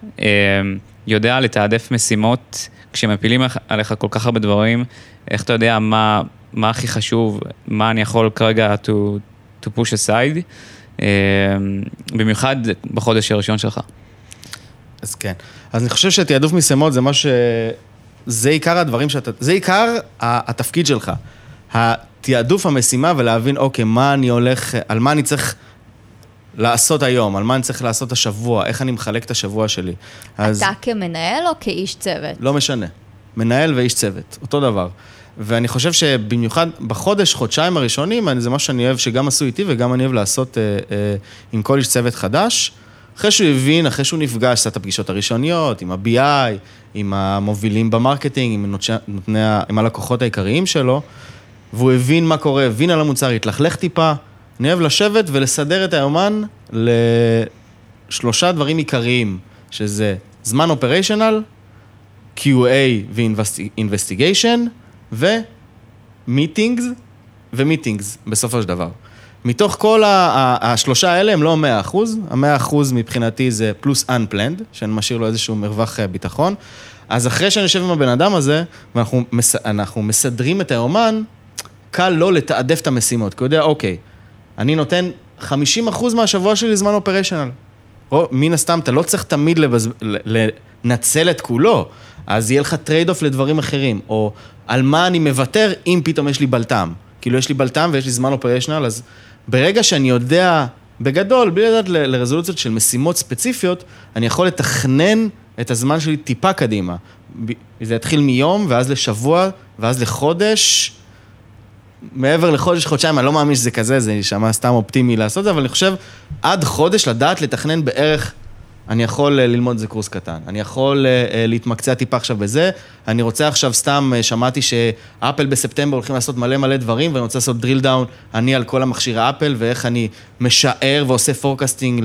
יודע לתעדף משימות כשמפילים עליך כל כך הרבה דברים, איך אתה יודע מה הכי חשוב, מה אני יכול כרגע to push aside, במיוחד בחודש הראשון שלך? אז כן. אז אני חושב שתעדוף משימות זה מה זה עיקר הדברים זה עיקר התפקיד שלך. התעדוף המשימה ולהבין, אוקיי, מה אני הולך, על מה אני צריך לעשות היום, על מה אני צריך לעשות השבוע, איך אני מחלק את השבוע שלי. אתה כמנהל או כאיש צוות? לא משנה. מנהל ואיש צוות, אותו דבר. ואני חושב שבמיוחד חודשיים הראשונים, זה מה שאני אוהב שגם עשו איתי וגם אני אוהב לעשות עם כל איש צוות חדש. אחרי שהוא הבין, אחרי שהוא נפגש, עשה את הפגישות הראשוניות, עם ה-BI, עם המובילים במרקטינג, עם הלקוחות העיקריים שלו, והוא הבין מה קורה, הבין על המוצר, התלכלך טיפה, אני אוהב לשבת ולסדר את היומן לשלושה דברים עיקריים, שזה זמן אופריישנל, QA ו-investigation, ומיטינגס בסופו של דבר. מתוך כל השלושה האלה הם לא 100%, 100% מבחינתי זה פלוס unplanned, שאני משאיר לו איזשהו מרווח ביטחון, אז אחרי שאני יושב עם הבן אדם הזה, ואנחנו מסדרים את היומן, קל לא לתעדף את המשימות, כי הוא יודע, אוקיי, אני נותן 50% מהשבוע שלי זמן אופרשנל. מן הסתם, אתה לא צריך תמיד לנצל את כולו, אז יהיה לך טרייד-אוף לדברים אחרים, או על מה אני מוותר אם פתאום יש לי בלטם. כאילו יש לי בלטם ויש לי זמן אופרשנל, אז ברגע שאני יודע, בגדול, בלי לדעת לרזולוציות של משימות ספציפיות, אני יכול לתכנן את הזמן שלי טיפה קדימה. זה יתחיל מיום, ואז לשבוע, ואז לחודש, מעבר לחודש, חודשיים, אני לא מאמין שזה כזה, זה נשמע סתם אופטימי לעשות זה, אבל אני חושב, עד חודש לדעת לתכנן בערך, אני יכול ללמוד זה קורס קטן, אני יכול להתמקצע טיפה עכשיו בזה, אני רוצה עכשיו סתם, שמעתי שאפל בספטמבר הולכים לעשות מלא דברים, ואני רוצה לעשות drill down, אני על כל המכשיר האפל, ואיך אני משער ועושה פורקסטינג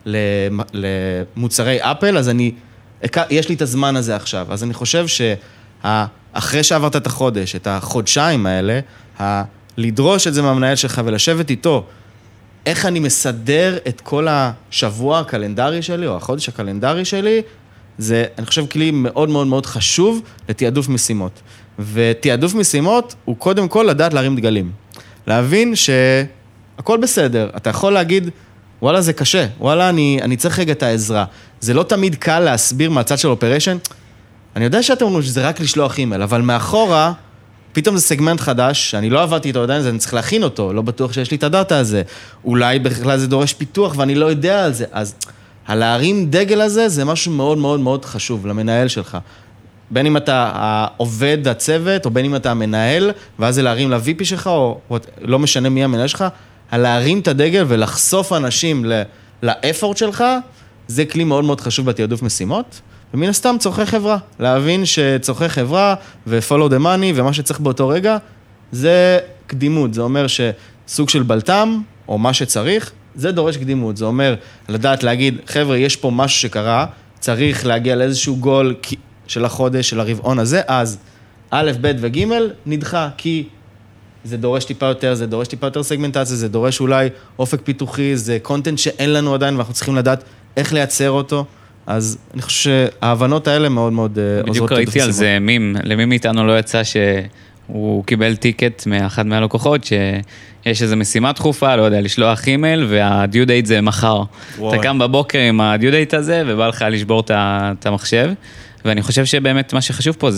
למוצרי אפל, אז יש לי את הזמן הזה עכשיו, אז אני חושב שאחרי שעברת את החודש, את החודשיים האלה, לדרוש את זה מהמנהל שלך ולשבת איתו, איך אני מסדר את כל השבוע הקלנדרי שלי, או החודש הקלנדרי שלי, זה, אני חושב, כלי מאוד מאוד מאוד חשוב לתיעדוף משימות. ותיעדוף משימות הוא קודם כל לדעת להרים דגלים. להבין שהכל בסדר, אתה יכול להגיד, וואלה זה קשה, וואלה אני צריך רגע את העזרה. זה לא תמיד קל להסביר מהצד של אופרשן, אני יודע שאתם אומרים שזה רק לשלוח אימייל, אבל מאחורה, פתאום זה סגמנט חדש, שאני לא עבדתי איתו עדיין, אני צריך להכין אותו, לא בטוח שיש לי את הדאטה הזה. אולי בכלל זה דורש פיתוח ואני לא יודע על זה. אז להרים דגל הזה זה משהו מאוד מאוד מאוד חשוב למנהל שלך. בין אם אתה עובד הצוות, או בין אם אתה המנהל, ואז זה להרים ל-VP שלך, או לא משנה מי המנהל שלך, להרים את הדגל ולחשוף אנשים לאפורט שלך, זה כלי מאוד מאוד חשוב בתיעדוף משימות. ומן הסתם צורכי חברה, להבין שצורכי חברה ו-follow the money ומה שצריך באותו רגע, זה קדימות, זה אומר שסוג של בלטם, או מה שצריך, זה דורש קדימות, זה אומר לדעת להגיד, חבר'ה, יש פה משהו שקרה, צריך להגיע לאיזשהו גול של החודש, של הרבעון הזה, אז א', ב' וג' נדחה, כי זה דורש טיפה יותר, זה דורש טיפה יותר סגמנטציה, זה דורש אולי אופק פיתוחי, זה קונטנט שאין לנו עדיין, ואנחנו צריכים לדעת איך לייצר אותו, אז אני חושב שההבנות האלה מאוד מאוד עוזרות. בדיוק ראיתי על זה למי מאיתנו לא יצא שהוא קיבל טיקט מאחד מהלקוחות, שיש איזו משימה דחופה, לא יודע, לשלוח אימייל, והדיו דייט זה מחר. אתה קם בבוקר עם הדיו דייט הזה, ובא לך לשבור את המחשב, ואני חושב שבאמת מה שחשוב פה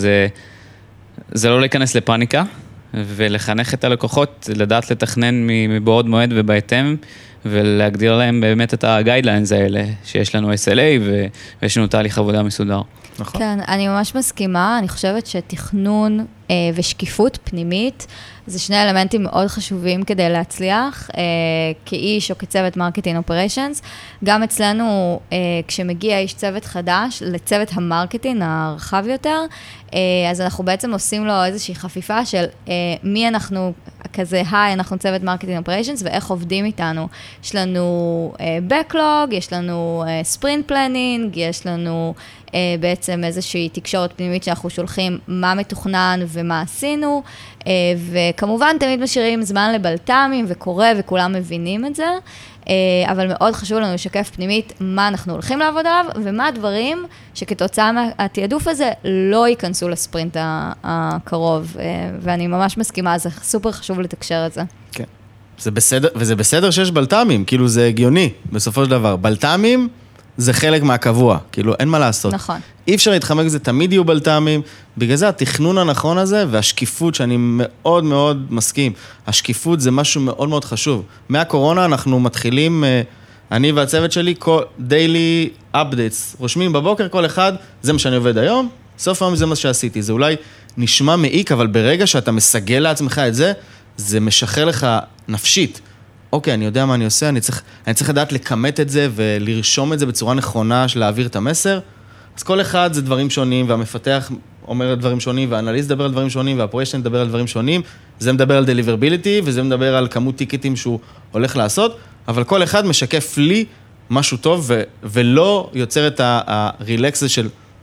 זה לא להיכנס לפאניקה, ולחנך את הלקוחות, לדעת לתכנן מבעוד מועד ובהתאם, ולהגדיר להם באמת את הגיידליינס האלה, שיש לנו SLA ויש לנו תהליך עבודה מסודר. נכון. כן, אני ממש מסכימה, אני חושבת שתכנון ושקיפות פנימית, זה שני אלמנטים מאוד חשובים כדי להצליח, כאיש או כצוות מרקטינג אופריישנס. גם אצלנו, כשמגיע איש צוות חדש, לצוות המרקטינג הרחב יותר, אז אנחנו בעצם עושים לו איזושהי חפיפה של מי אנחנו, כזה, אנחנו צוות מרקטינג אופריישנס, ואיך עובדים איתנו. יש לנו backlog, יש לנו sprint planning, יש לנו בעצם איזושהי תקשורת פנימית שאנחנו שולחים מה מתוכנן ומה עשינו, וכמובן תמיד משאירים זמן לבלטמים וקורא וכולם מבינים את זה, אבל מאוד חשוב לנו לשקף פנימית מה אנחנו הולכים לעבוד עליו, ומה הדברים שכתוצאה מהתיעדוף הזה לא ייכנסו לספרינט הקרוב, ואני ממש מסכימה, זה סופר חשוב לתקשר את זה. כן, זה בסדר, וזה בסדר שיש בלטמים, כאילו זה הגיוני בסופו של דבר. בלטמים זה חלק מהקבוע, כאילו אין מה לעשות. נכון. אי אפשר להתחמק זה, תמיד יהיו בלטמים, בגלל זה התכנון הנכון הזה והשקיפות שאני מאוד מאוד מסכים, השקיפות זה משהו מאוד מאוד חשוב. מהקורונה אנחנו מתחילים, אני והצוות שלי, daily updates, רושמים בבוקר כל אחד, זה מה שאני עובד היום, סוף היום זה מה שעשיתי, זה אולי נשמע מעיק, אבל ברגע שאתה מסגל לעצמך את זה, זה משחרר לך נפשית. אוקיי, אני יודע מה אני עושה, אני צריך לדעת לקמת את זה ולרשום את זה בצורה נכונה של להעביר את המסר. אז כל אחד זה דברים שונים, והמפתח אומר דברים שונים, והאנליסט מדבר על דברים שונים, והאופריישן מדבר על דברים שונים, זה מדבר על דליברביליטי, וזה מדבר על כמות טיקטים שהוא הולך לעשות, אבל כל אחד משקף לי משהו טוב, ולא יוצר את הרילקס של,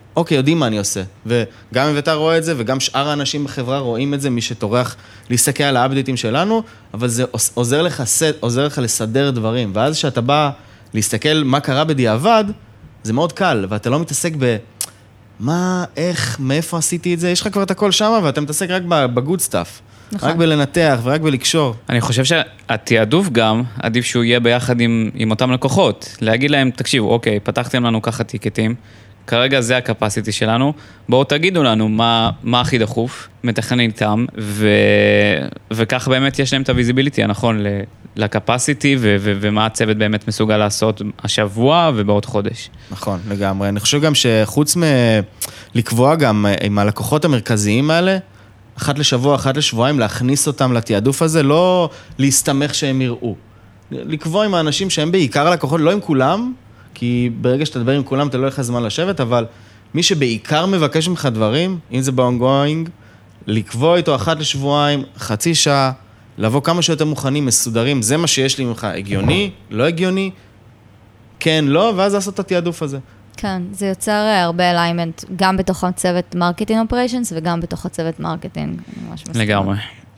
אוקיי, יודעים מה אני עושה. וגם אביתר רואה את זה, וגם שאר האנשים בחברה רואים את זה, מי שטורח להסתכל על האפדייטים שלנו, אבל זה עוזר לך לסדר דברים. ואז כשאתה בא להסתכל מה קרה בדיעבד, זה מאוד קל, ואתה לא מתעסק מה, איך, מאיפה עשיתי את זה, יש לך כבר את הכל שם, ואתה מתעסק רק בגוד סטאפ. נכון. רק בלנתח ורק בלקשור. אני חושב שהתיעדוף גם, עדיף שהוא יהיה ביחד עם אותם לקוחות. להגיד להם, תקשיבו, אוקיי, פתחתם לנו ככה טיקטים, כרגע זה הקפסיטי שלנו, בואו תגידו לנו מה הכי דחוף, מתכנן איתם, וכך באמת יש להם את הוויזיביליטי הנכון לקפסיטי, ומה הצוות באמת מסוגל לעשות השבוע ובעוד חודש. נכון, לגמרי. אני חושב גם שחוץ מלקבוע גם עם הלקוחות המרכזיים האלה, אחת לשבוע, אחת לשבועיים, להכניס אותם לתיעדוף הזה, לא להסתמך שהם יראו. לקבוע עם האנשים שהם בעיקר הלקוחות, לא עם כולם, כי ברגע שאתה תדבר עם כולם, אתה לא לך זמן לשבת, אבל מי שבעיקר מבקש ממך דברים, אם זה ב-ongoing, לקבוע איתו אחת לשבועיים, חצי שעה, לבוא כמה שיותר מוכנים, מסודרים, זה מה שיש לי ממך, הגיוני, לא הגיוני, כן, לא, ואז לעשות את התיעדוף הזה. כן, זה יוצר הרבה אליימנט, גם בתוך הצוות מרקטינג אופריישנס, וגם בתוך הצוות מרקטינג. לגמרי.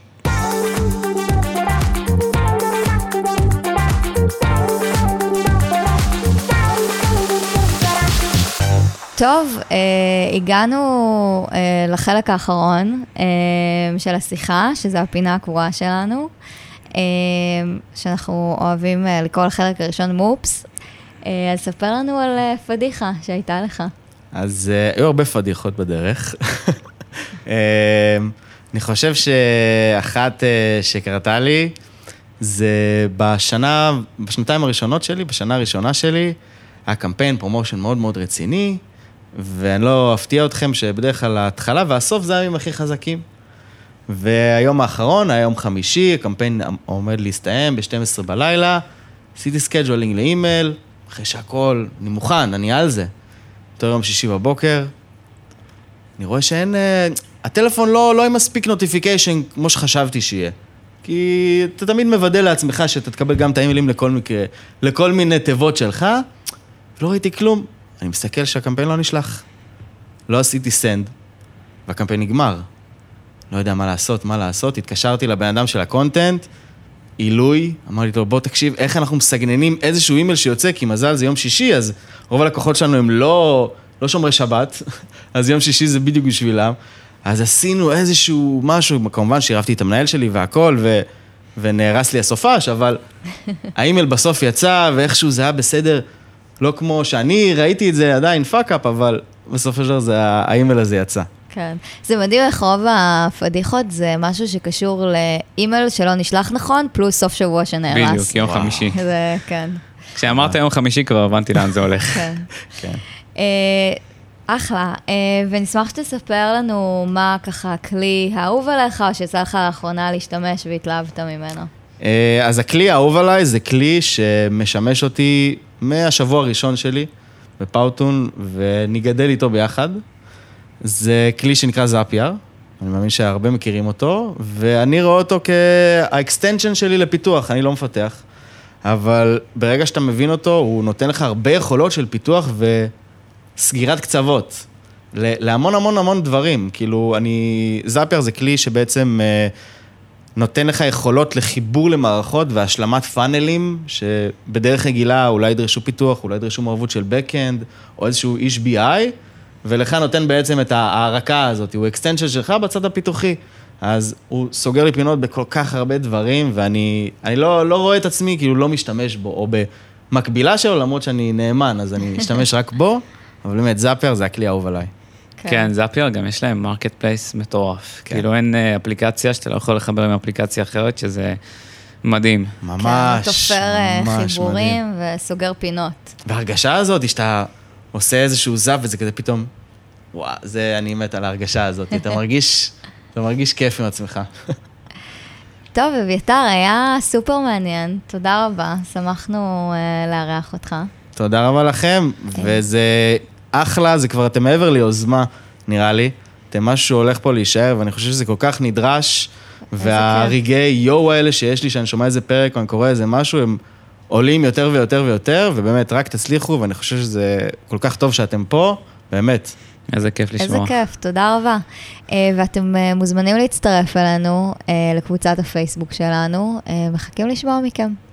טוב, הגענו לחלק האחרון של השיחה, שזה הפינה הקבועה שלנו, שאנחנו אוהבים לקרוא לחלק הראשון מופס. אז ספר לנו על פדיחה שהייתה לך. אז היו הרבה פדיחות בדרך. אני חושב שאחת שקרתה לי, זה בשנתיים הראשונות שלי, בשנה הראשונה שלי, היה קמפיין פרומושן מאוד מאוד רציני, ואני לא אפתיע אתכם שבדרך כלל ההתחלה והסוף זה הימים הכי חזקים. והיום האחרון, היום חמישי, הקמפיין עומד להסתיים ב-12 בלילה, עשיתי סקייג'ולינג לאימייל, אחרי שהכל, אני מוכן, אני על זה. יותר יום שישי בבוקר, אני רואה שאין, הטלפון לא עם מספיק נוטיפיקיישן כמו שחשבתי שיהיה. כי אתה תמיד מוודא לעצמך שאתה תקבל גם את האימיילים לכל מקרה, לכל מיני תיבות שלך, ולא ראיתי כלום. אני מסתכל שהקמפיין לא נשלח. לא עשיתי סנד, והקמפיין נגמר. לא יודע מה לעשות, התקשרתי לבן אדם של הקונטנט, עילוי, אמרתי לו, בוא תקשיב, איך אנחנו מסגננים איזשהו אימייל שיוצא, כי מזל זה יום שישי, אז רוב הלקוחות שלנו הם לא שומרי שבת, אז יום שישי זה בדיוק בשבילם, אז עשינו איזשהו משהו, כמובן שהרבתי את המנהל שלי והכל, ונהרס לי הסופש, אבל האימייל בסוף יצא, ואיכשהו זה היה בסדר, לא כמו שאני ראיתי את זה עדיין פאק-אפ, אבל בסוף השאר האימייל הזה יצא. כן. זה מדהים איך רוב הפדיחות זה משהו שקשור לאימייל שלא נשלח נכון, פלוס סוף שבוע שנהרס. בדיוק, יום חמישי. זה, כן. כשאמרת יום חמישי כבר הבנתי לאן זה הולך. כן. אחלה. ונשמח שתספר לנו מה ככה הכלי האהוב עליך, או שיצא לך לאחרונה להשתמש והתלהבת ממנו. אז הכלי האהוב עליי זה כלי שמשמש אותי מהשבוע הראשון שלי בפאוטון, ונגדל איתו ביחד. זה כלי שנקרא זאפייר, אני מאמין שהרבה מכירים אותו, ואני רואה אותו כהאקסטנשן שלי לפיתוח, אני לא מפתח, אבל ברגע שאתה מבין אותו, הוא נותן לך הרבה יכולות של פיתוח וסגירת קצוות, להמון המון המון דברים, כאילו זאפייר זה כלי שבעצם נותן לך יכולות לחיבור למערכות והשלמת פאנלים, שבדרך רגילה אולי ידרשו פיתוח, אולי ידרשו מעורבות של בקאנד, או איזשהו איש BI, ולך נותן בעצם את הערכה הזאת, הוא אקסטנשן שלך בצד הפיתוחי, אז הוא סוגר לי פינות בכל כך הרבה דברים, ואני לא רואה את עצמי, כאילו לא משתמש בו, או במקבילה שלו, למרות שאני נאמן, אז אני משתמש רק בו, אבל באמת זאפייר זה הכלי האהוב עליי. כן, זאפייר גם יש להם מרקט פלייס מטורף, כאילו אין אפליקציה שאתה לא יכול לחבר עם אפליקציה אחרת, שזה מדהים. ממש, תופר חיבורים וסוגר פינות. וההרגשה הזאת, שאתה עושה איזשהו זאפ וזה כזה פתאום, וואו, אני מת על ההרגשה הזאת, אתה מרגיש כיף עם עצמך. טוב, אביתר, היה סופר מעניין, תודה רבה, שמחנו לארח אותך. תודה רבה לכם, וזה אחלה, זה כבר אתם מעבר ליוזמה, נראה לי, אתם משהו שהולך פה להישאר, ואני חושב שזה כל כך נדרש, והרגעי יו האלה שיש לי, שאני שומע איזה פרק, ואני קורא איזה משהו, הם עולים יותר ויותר ויותר, ובאמת רק תצליחו, ואני חושב שזה כל כך טוב שאתם פה, באמת, איזה כיף לשמוע. איזה כיף, תודה רבה. ואתם מוזמנים להצטרף אלינו לקבוצת הפייסבוק שלנו, מחכים לשמוע מכם.